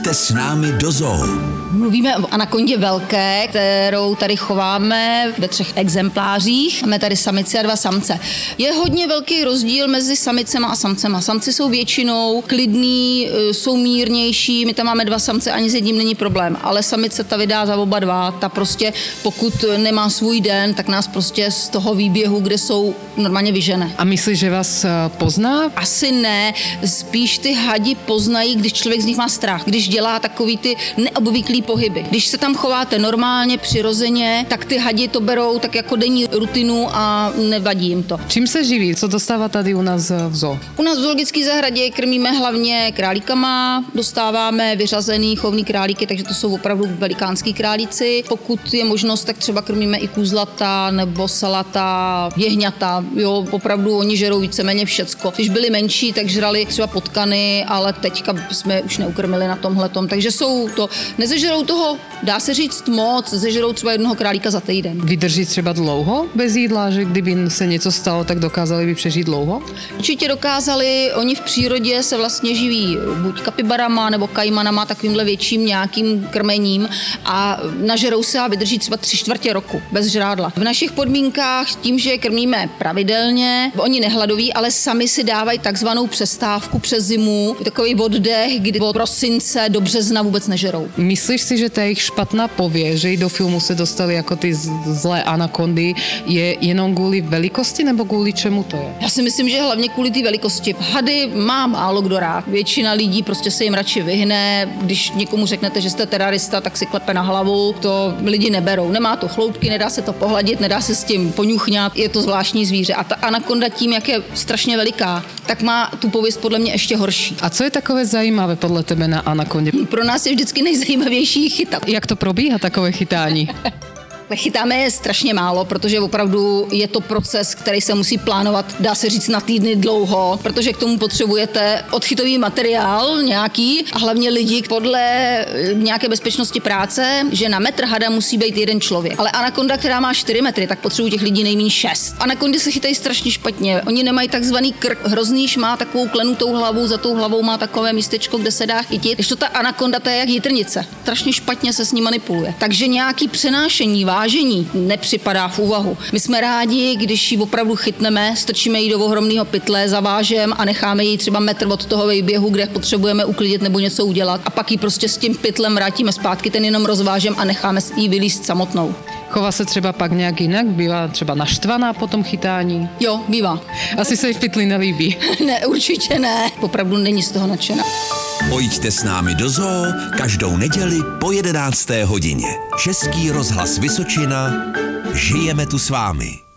Pojďte s námi do zoo. Mluvíme o anakondě velké, kterou tady chováme ve 3 exemplářích. Máme tady samici a 2 samce. Je hodně velký rozdíl mezi samicema a samcema. Samci jsou většinou klidný, jsou mírnější, my tam máme 2 samce, ani s jedním není problém, ale samice ta vydá za oba 2, ta prostě pokud nemá svůj den, tak nás prostě z toho výběhu, kde jsou, normálně vyžene. A myslíš, že vás pozná? Asi ne, spíš ty hadi poznají, když člověk z nich má strach, když dělá takový ty neobvyklý pohyby. Když se tam chováte normálně, přirozeně, tak ty hadi to berou tak jako denní rutinu a nevadí jim to. Čím se živí? Co dostává tady u nás v zoo? U nás v zoologické zahradě krmíme hlavně králíkama, dostáváme vyřazený chovný králíky, takže to jsou opravdu velikánský králíci. Pokud je možnost, tak třeba krmíme i kůzlata nebo salata, jehňata, jo, opravdu oni žerou víceméně všecko. Když byli menší, tak žrali třeba potkany, ale teďka jsme už neukrmili na tomhletom, takže jsou to, nezežerou toho, dá se říct moc, zežerou třeba jednoho králíka za týden. Vydrží třeba dlouho bez jídla, že kdyby se něco stalo, tak dokázali by přežít dlouho? Určitě dokázali, oni v přírodě se vlastně živí buď kapibarama nebo kajmanama, takovýmhle větším nějakým krmením a nažerou se a vydrží třeba 3/4 roku bez žrádla. V našich podmínkách tím, že je krmíme pravidelně, oni nehladoví, ale sami si dávají takzvanou přestávku přes zimu, takový oddech, kdy od prosince do března vůbec nežerou. Myslíš si, že ta jejich špatná pověst, že i do filmu se dostali jako ty zlé anakondy, je jenom kvůli velikosti nebo kvůli čemu to je? Já si myslím, že hlavně kvůli té velikosti. Hady má málo kdo rád. Většina lidí prostě se jim radši vyhne. Když někomu řeknete, že jste terorista, tak si klepe na hlavu. To lidi neberou. Nemá to chloupky, nedá se to pohladit, nedá se s tím poňuchňat. Je to zvláštní zvíře. A ta anakonda tím, jak je strašně veliká, tak má tu pověst podle mě ještě horší. A co je takové zajímavé podle tebe na anakondě? Pro nás je vždycky nejzajímavější chytat. Jak to probíhá takové chytání? Chytáme je strašně málo, protože opravdu je to proces, který se musí plánovat, dá se říct, na týdny dlouho, protože k tomu potřebujete odchytový materiál nějaký a hlavně lidi podle nějaké bezpečnosti práce, že na metr hada musí být 1 člověk. Ale anakonda, která má 4 metry, tak potřebují těch lidí nejméně 6. Anakondy se chytají strašně špatně. Oni nemají takzvaný krk. Hroznýš má takovou klenutou hlavu, za tou hlavou má takové místečko, kde se dá chytit. Když to ta anakonda, to je jak jitrnice. Strašně špatně se s ní manipuluje. Takže nějaký přenášení vážení nepřipadá v úvahu. My jsme rádi, když ji opravdu chytneme, strčíme ji do ohromného pytle, zavážem a necháme ji třeba metr od toho výběhu, kde potřebujeme uklidit nebo něco udělat. A pak ji prostě s tím pytlem vrátíme zpátky, ten jenom rozvážem a necháme ji vylízt samotnou. Chová se třeba pak nějak jinak? Bývá třeba naštvaná po tom chytání? Jo, bývá. Asi se jí v pytli nelíbí. Ne, určitě ne. Opravdu není z toho nadšená. Pojďte s námi do zoo každou neděli po 11. hodině. Český rozhlas Vysočina. Žijeme tu s vámi.